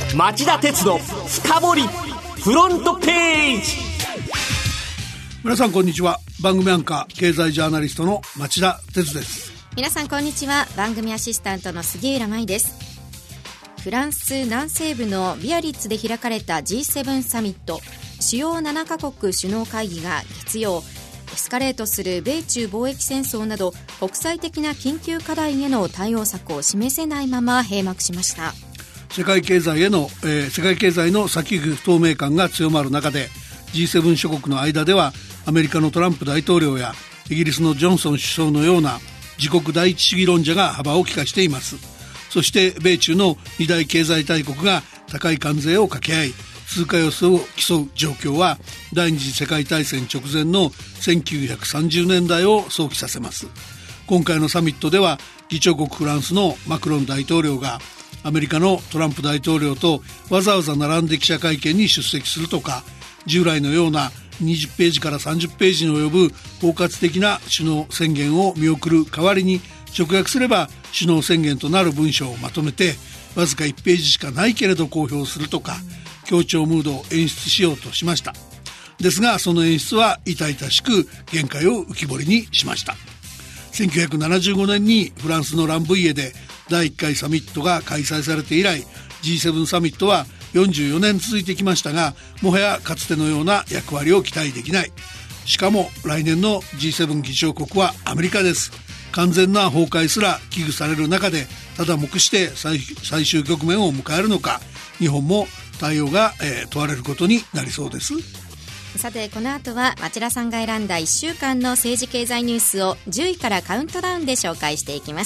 町田鉄の深掘りフロントページ。 皆さんこんにちは。番組アンカー経済ジャーナリストの町田鉄です。 皆さんこんにちは。番組アシスタントの杉浦舞です。フランス南西部のビアリッツで開かれた G7 サミット主要7カ国首脳会議が月曜、エスカレートする米中貿易戦争など国際的な緊急課題への対応策を示せないまま閉幕しました。 世界経済の先行き不透明感が強まる中で G7 諸国の間ではアメリカのトランプ大統領やイギリスのジョンソン首相のような自国第一主義論者が幅を利かしています。そして米中の二大経済大国が高い関税を掛け合い通貨安を競う状況は第二次世界大戦直前の1930年代を想起させます。今回のサミットでは議長国フランスのマクロン大統領がアメリカのトランプ大統領とわざわざ並んで記者会見に出席するとか、従来のような20ページから30ページに及ぶ包括的な首脳宣言を見送る代わりに、直訳すれば首脳宣言となる文書をまとめてわずか1ページしかないけれど公表するとか、協調ムードを演出しようとしました。ですがその演出は痛々しく限界を浮き彫りにしました。1975年にフランスのランブイエで第1回サミットが開催されて以来 G7 サミットは44年続いてきましたが、もはやかつてのような役割を期待できない。しかも来年の G7 議長国はアメリカです。完全な崩壊すら危惧される中でただ黙して最終局面を迎えるのか、日本も対応が、問われることになりそうです。 さてこの後は町田さんが選んだ1週間の政治経済ニュースを10位からカウントダウンで紹介していきます。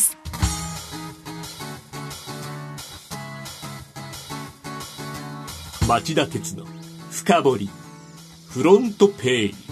町田鉄の深掘りフロントページ。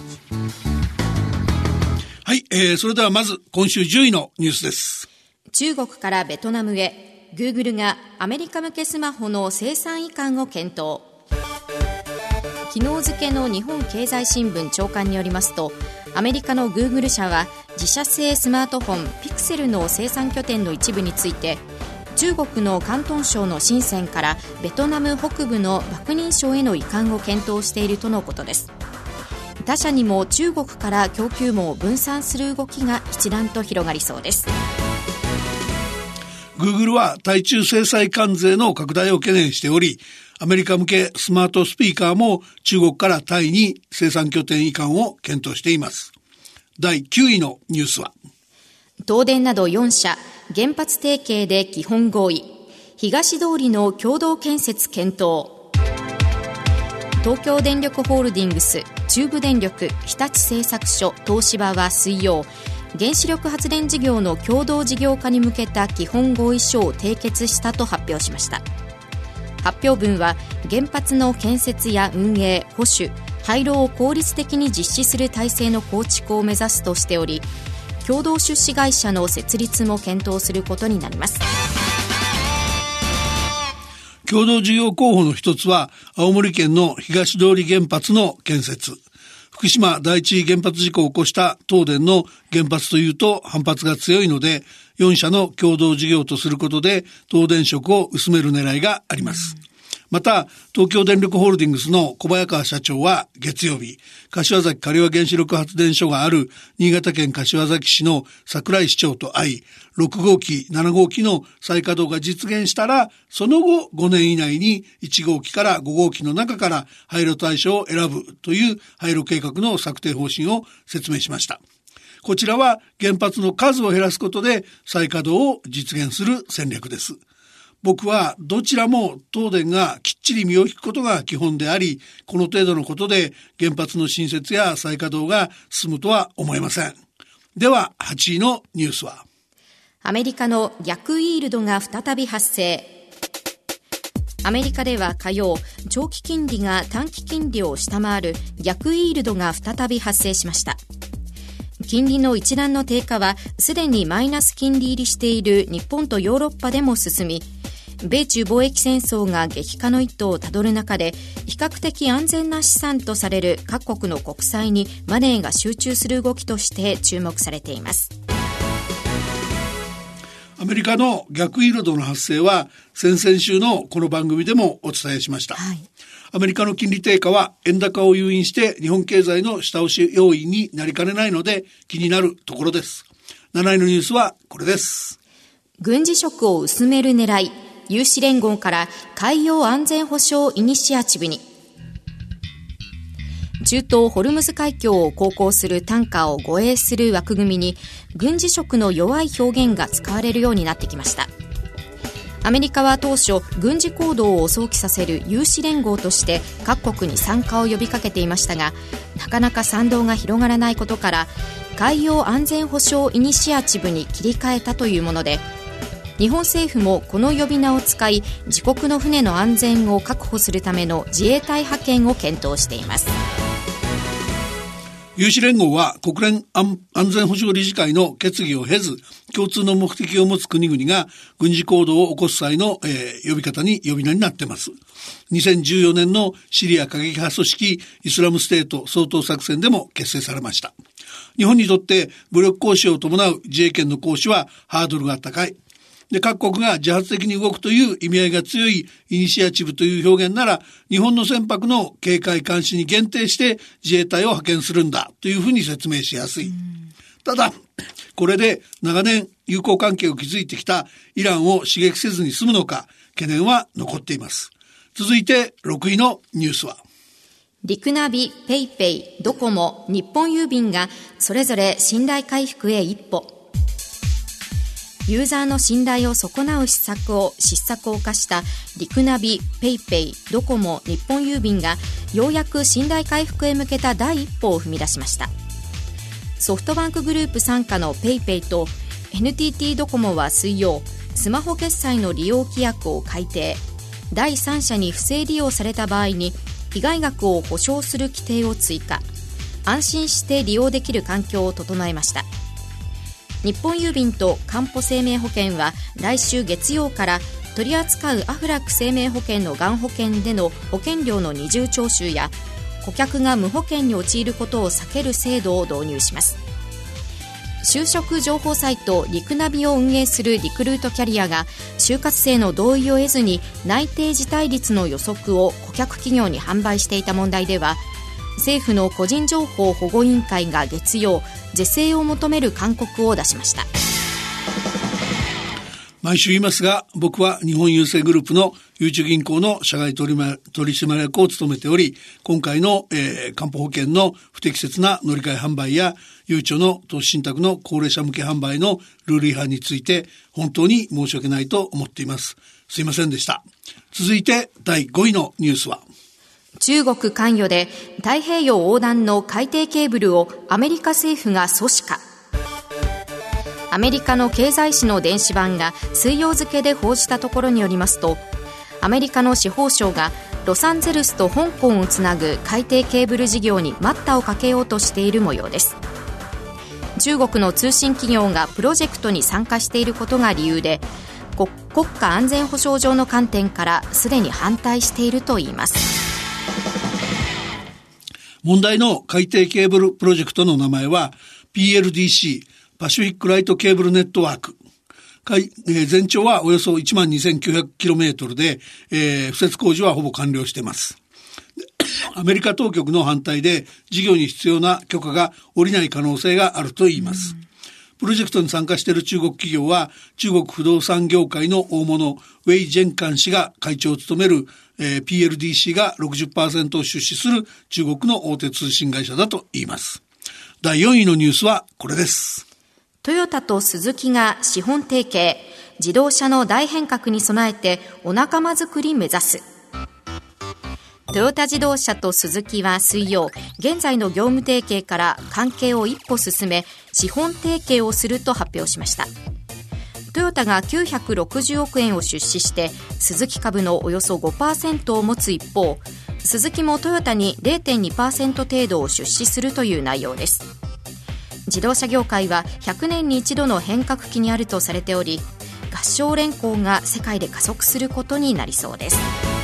はい、それではまず今週10位のニュースです。 中国からベトナムへ Google がアメリカ向けスマホの生産移管を検討。昨日付の日本経済新聞長官によりますと、アメリカの Google 社は自社製スマートフォンピクセルの生産拠点の一部について中国の広東省の深センからベトナム北部のバクニン省への移管を検討しているとのことです。他社にも中国から供給網を分散する動きが一段と広がりそうです。 Google は対中制裁関税の拡大を懸念しており、アメリカ向けスマートスピーカーも中国からタイに生産拠点移管を検討しています。第9位のニュースは、 東電など4社原発提携で基本合意、東通りの共同建設検討。東京電力ホールディングス、中部電力、日立製作所、東芝は水曜、原子力発電事業の共同事業化に向けた基本合意書を締結したと発表しました。発表文は原発の建設や運営、保守、廃炉を効率的に実施する体制の構築を目指すとしており、共同出資会社の設立も検討することになります。 共同事業候補の一つは青森県の東通原発の建設。福島第一原発事故を起こした東電の原発というと反発が強いので、4社の共同事業とすることで東電色を薄める狙いがあります。また東京電力ホールディングスの小早川社長は月曜日、柏崎刈羽原子力発電所がある新潟県柏崎市の櫻井市長と会い、6号機7号機の再稼働が実現したらその後5年以内に1号機から5号機の中から廃炉対象を選ぶという廃炉計画の策定方針を説明しました。こちらは原発の数を減らすことで再稼働を実現する戦略です。僕はどちらも東電がきっちり身を引くことが基本であり、この程度のことで原発の新設や再稼働が進むとは思えません。では8位のニュースは、 アメリカの逆イールドが再び発生。アメリカでは火曜、長期金利が短期金利を下回る逆イールドが再び発生しました。金利の一段の低下はすでにマイナス金利入りしている日本とヨーロッパでも進み、米中貿易戦争が激化の一途をたどる中で比較的安全な資産とされる各国の国債にマネーが集中する動きとして注目されています。 アメリカの逆イールドの発生は先々週のこの番組でもお伝えしました。アメリカの金利低下は円高を誘引して日本経済の下押し要因になりかねないので気になるところです。7位のニュースはこれです。 軍事色を薄める狙い、有志連合から海洋安全保障イニシアチブに。中東ホルムズ海峡を航行するタンカーを護衛する枠組みに軍事色の弱い表現が使われるようになってきました。アメリカは当初軍事行動を想起させる有志連合として各国に参加を呼びかけていましたが、なかなか賛同が広がらないことから海洋安全保障イニシアチブに切り替えたというもので、日本政府もこの呼び名を使い自国の船の安全を確保するための自衛隊派遣を検討しています。 有志連合は国連安全保障理事会の決議を経ず共通の目的を持つ国々が軍事行動を起こす際の、呼び名になっています。2014年のシリア過激派組織イスラムステート掃討作戦でも結成されました。日本にとって武力行使を伴う自衛権の行使はハードルが高い。で、各国が自発的に動くという意味合いが強いイニシアチブという表現なら、日本の船舶の警戒監視に限定して自衛隊を派遣するんだというふうに説明しやすい。ただ、これで長年友好関係を築いてきたイランを刺激せずに済むのか懸念は残っています。続いて6位のニュースは、 リクナビ、ペイペイ、ドコモ、日本郵便がそれぞれ信頼回復へ一歩。ユーザーの信頼を損なう失策を犯したリクナビ、ペイペイ、ドコモ、日本郵便がようやく信頼回復へ向けた第一歩を踏み出しました。ソフトバンクグループ傘下のペイペイと NTT ドコモは水曜、スマホ決済の利用規約を改定。第三者に不正利用された場合に被害額を補償する規定を追加。安心して利用できる環境を整えました。日本郵便とかんぽ生命保険は来週月曜から取り扱うアフラック生命保険のがん保険での保険料の二重徴収や顧客が無保険に陥ることを避ける制度を導入します。就職情報サイトリクナビを運営するリクルートキャリアが就活生の同意を得ずに内定辞退率の予測を顧客企業に販売していた問題では、政府の個人情報保護委員会が月曜、是正を求める勧告を出しました。 毎週言いますが、僕は日本郵政グループのゆうちょ銀行の社外取締役を務めており、今回の、かんぽ保険の不適切な乗り換え販売やゆうちょの投資信託の高齢者向け販売のルール違反について本当に申し訳ないと思っています。すいませんでした。続いて第5位のニュースは、 中国関与で太平洋横断の海底ケーブルをアメリカ政府が阻止か。アメリカの経済誌の電子版が水曜付で報じたところによりますと、アメリカの司法省がロサンゼルスと香港をつなぐ海底ケーブル事業に待ったをかけようとしている模様です。中国の通信企業がプロジェクトに参加していることが理由で、国家安全保障上の観点からすでに反対しているといいます。 問題の海底ケーブルプロジェクトの名前は PLDC パシフィックライトケーブルネットワーク。全長はおよそ 12,900km で、敷設工事はほぼ完了しています。アメリカ当局の反対で事業に必要な許可が下りない可能性があるといいます。プロジェクトに参加している中国企業は中国不動産業界の大物ウェイ・ジェンカン氏が会長を務める、PLDC が 60% を出資する中国の大手通信会社だといいます。第4位のニュースはこれです。 トヨタとスズキが資本提携、自動車の大変革に備えてお仲間づくり目指す。トヨタ自動車とスズキは水曜、現在の業務提携から関係を一歩進め資本提携をすると発表しました。トヨタが960億円を出資してスズキ株のおよそ 5% を持つ一方、スズキもトヨタに 0.2% 程度を出資するという内容です。自動車業界は100年に一度の変革期にあるとされており、合唱連行が世界で加速することになりそうです。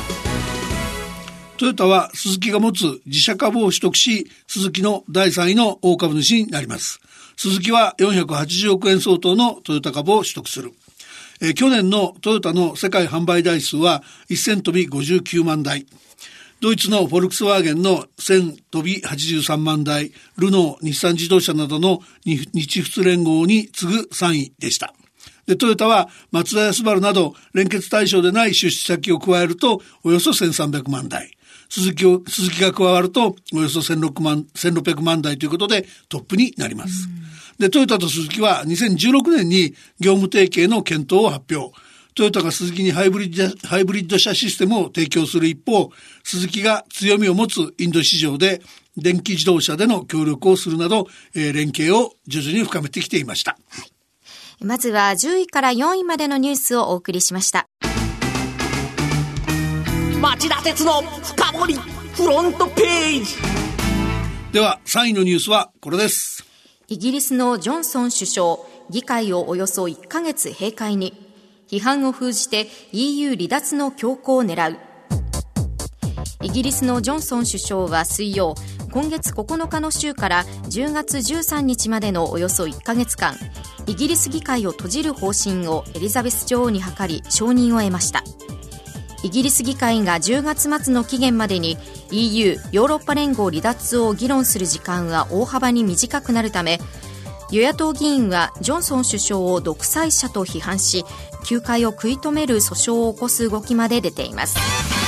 トヨタはスズキが持つ自社株を取得し、スズキの第3位の大株主になります。スズキは480億円相当のトヨタ株を取得する。 去年のトヨタの世界販売台数は1000飛び59万台。ドイツのフォルクスワーゲンの1000飛び83万台、ルノー、日産自動車などの日仏連合に次ぐ3位でした。で、トヨタはマツダやスバルなど連結対象でない出資先を加えるとおよそ1300万台。鈴木が加わるとおよそ1600万台ということでトップになります。で、トヨタと鈴木は2016年に業務提携の検討を発表。トヨタが鈴木にハイブリッド車システムを提供する一方、鈴木が強みを持つインド市場で電気自動車での協力をするなど、連携を徐々に深めてきていました。 はい、まずは10位から4位までのニュースをお送りしました。 町田鉄の深掘りフロントページ。 では3位のニュースはこれです。 イギリスのジョンソン首相、議会をおよそ1ヶ月閉会に。批判を封じて EU 離脱の強行を狙う。イギリスのジョンソン首相は水曜、今月9日の週から10月13日までのおよそ1ヶ月間、イギリス議会を閉じる方針をエリザベス女王に諮り承認を得ました。イギリス議会が10月末の期限までに EU ヨーロッパ連合離脱を議論する時間は大幅に短くなるため、与野党議員はジョンソン首相を独裁者と批判し、休会を食い止める訴訟を起こす動きまで出ています。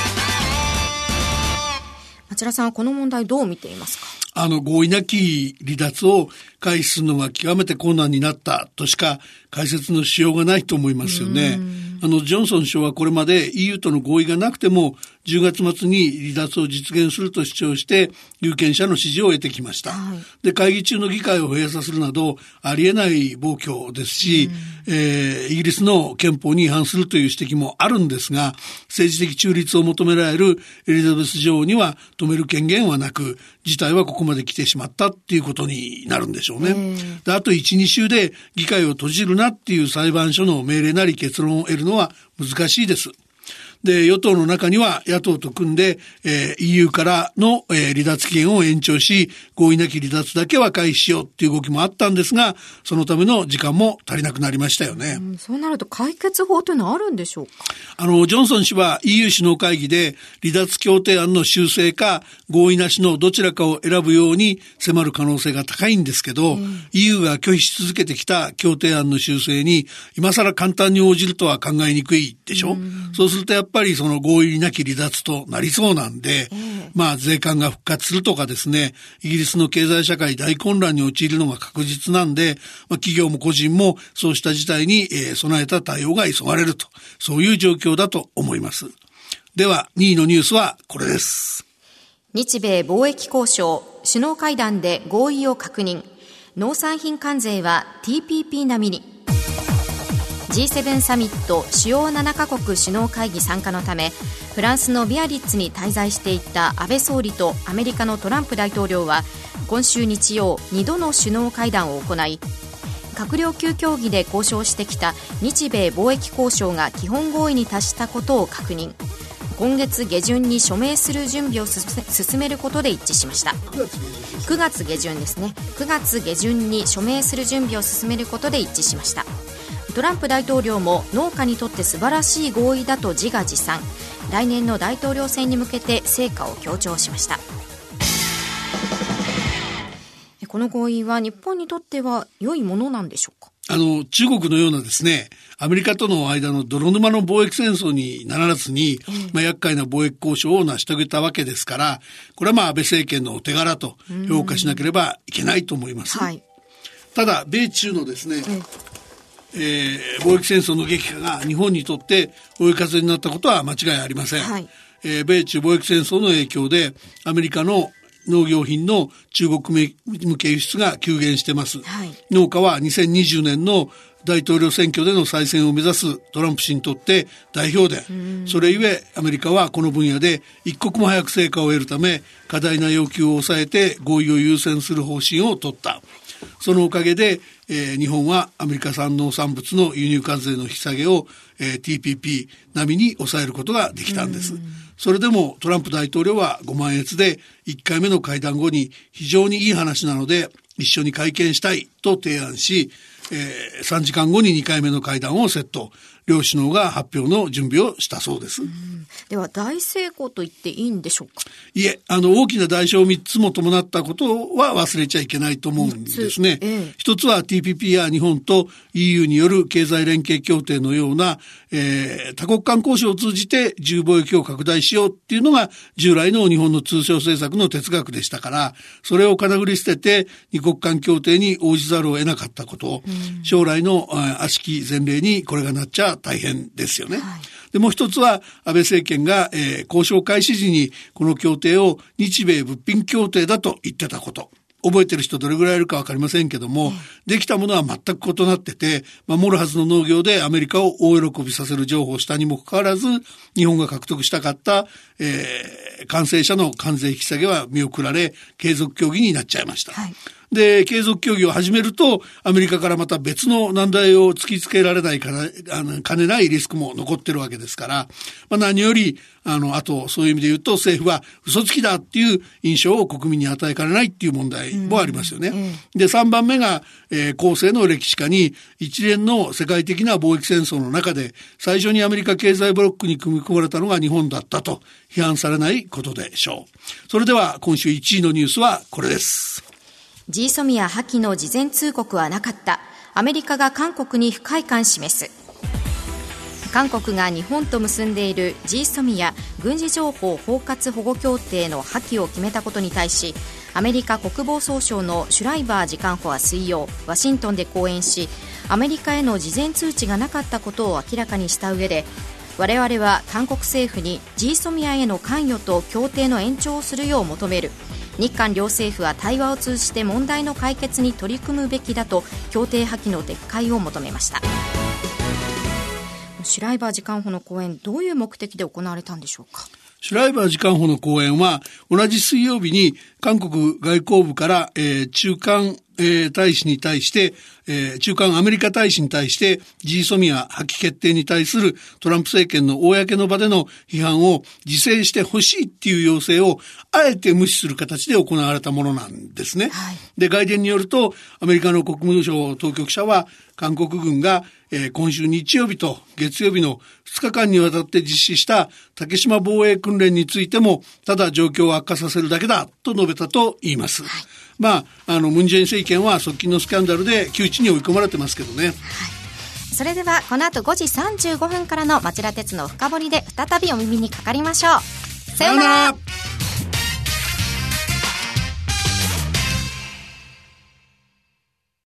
町田さんはこの問題どう見ていますか？ 合意なき離脱を回避するのが極めて困難になったとしか解説のしようがないと思いますよね。ジョンソン首相はこれまで EU との合意がなくても10月末に離脱を実現すると主張して有権者の支持を得てきました。で、会議中の議会を閉鎖するなどありえない暴挙ですし、イギリスの憲法に違反するという指摘もあるんですが、政治的中立を求められるエリザベス女王には止める権限はなく、事態はここまで来てしまったっていうことになるんでしょうね。で、あと 1,2 週で議会を閉じるなっていう裁判所の命令なり結論を得るのは難しいです。で、与党の中には野党と組んで、EU からの、離脱期限を延長し、合意なき離脱だけは回避しようっていう動きもあったんですが、そのための時間も足りなくなりましたよね。 そうなると解決法というのはあるんでしょうか？ ジョンソン氏は EU 首脳会議で離脱協定案の修正か合意なしのどちらかを選ぶように迫る可能性が高いんですけど、EU が拒否し続けてきた協定案の修正に今更簡単に応じるとは考えにくいでしょ。そうするとやっぱりその合意なき離脱となりそうなんで、税関が復活するとかですね、イギリスの経済社会大混乱に陥るのが確実なんで、企業も個人もそうした事態に、備えた対応が急がれると、そういう状況だと思います。では2位のニュースはこれです。 日米貿易交渉首脳会談で合意を確認。農産品関税は TPP 並みに。G7 サミット主要7カ国首脳会議参加のためフランスのビアリッツに滞在していた安倍総理とアメリカのトランプ大統領は今週日曜2度の首脳会談を行い、閣僚級協議で交渉してきた日米貿易交渉が基本合意に達したことを確認。今月下旬に署名する準備を進めることで一致しました。9月下旬ですね。9月下旬に署名する準備を進めることで一致しました。トランプ大統領も農家にとって素晴らしい合意だと自画自賛。来年の大統領選に向けて成果を強調しました。この合意は日本にとっては良いものなんでしょうか？ 中国のようなですね、アメリカとの間の泥沼の貿易戦争にならずに、厄介な貿易交渉を成し遂げたわけですから、これは安倍政権のお手柄と評価しなければいけないと思います。ただ、米中のですね、貿易戦争の激化が日本にとって追い風になったことは間違いありません。米中貿易戦争の影響でアメリカの農業品の中国向け輸出が急減してます。農家は2020年の大統領選挙での再選を目指すトランプ氏にとって代表で、それゆえアメリカはこの分野で一刻も早く成果を得るため過大な要求を抑えて合意を優先する方針を取った。そのおかげで、日本はアメリカ産農産物の輸入関税の引き下げを、TPP 並みに抑えることができたんです。それでもトランプ大統領はご満悦で1回目の会談後に非常にいい話なので一緒に会見したいと提案し、3時間後に2回目の会談をセット。 両首脳が発表の準備をしたそうです。 では大成功と言っていいんでしょうか。 いえ、大きな代償を3つも伴ったことは忘れちゃいけないと思うんですね。一つは TPP や日本と EU による経済連携協定のような、多国間交渉を通じて自由貿易を拡大しようっていうのが従来の日本の通商政策の哲学でしたから、それをかなぐり捨てて二国間協定に応じざるを得なかったこと、将来の悪しき前例にこれがなっちゃ大変ですよね。でもう一つは安倍政権が、交渉開始時にこの協定を日米物品協定だと言ってたこと、覚えてる人どれぐらいいるか分かりませんけども、できたものは全く異なってて、守るはずの農業でアメリカを大喜びさせる譲歩をしたにもかかわらず、日本が獲得したかった、完成車の関税引き下げは見送られ、継続協議になっちゃいました。で、継続協議を始めると、アメリカからまた別の難題を突きつけられないから兼ねないリスクも残ってるわけですから、何より、あと、そういう意味で言うと、政府は嘘つきだっていう印象を国民に与えかねないっていう問題もありますよね。で、3番目が、後世の歴史家に一連の世界的な貿易戦争の中で、最初にアメリカ経済ブロックに組み込まれたのが日本だったと批判されないことでしょう。それでは、今週1位のニュースはこれです。 GSOMIA破棄の事前通告はなかった。アメリカが韓国に不快感示す。韓国が日本と結んでいる GSOMIA 軍事情報包括保護協定の破棄を決めたことに対し、アメリカ国防総省のシュライバー次官補は水曜、ワシントンで講演し、アメリカへの事前通知がなかったことを明らかにした上で、我々は韓国政府に GSOMIA への関与と協定の延長をするよう求める。日韓両政府は対話を通じて問題の解決に取り組むべきだと協定破棄の撤回を求めました。シュライバー次官補の講演、どういう目的で行われたんでしょうか。 シュライバー次官補の講演は同じ水曜日に韓国外交部から、中韓大使に対して、中韓アメリカ大使に対して GSOMIA 破棄決定に対するトランプ政権の公の場での批判を自制してほしいっていう要請をあえて無視する形で行われたものなんですね。で、外電によるとアメリカの国務省当局者は韓国軍が、今週日曜日と月曜日の2日間にわたって実施した竹島防衛訓練についてもただ状況を悪化させるだけだと述べたと言います。ムン・ジェイン政権は側近のスキャンダルで窮地に追い込まれてますけどね。 それではこの後5時35分からの町田鉄の深掘りで再びお耳にかかりましょう。さようなら。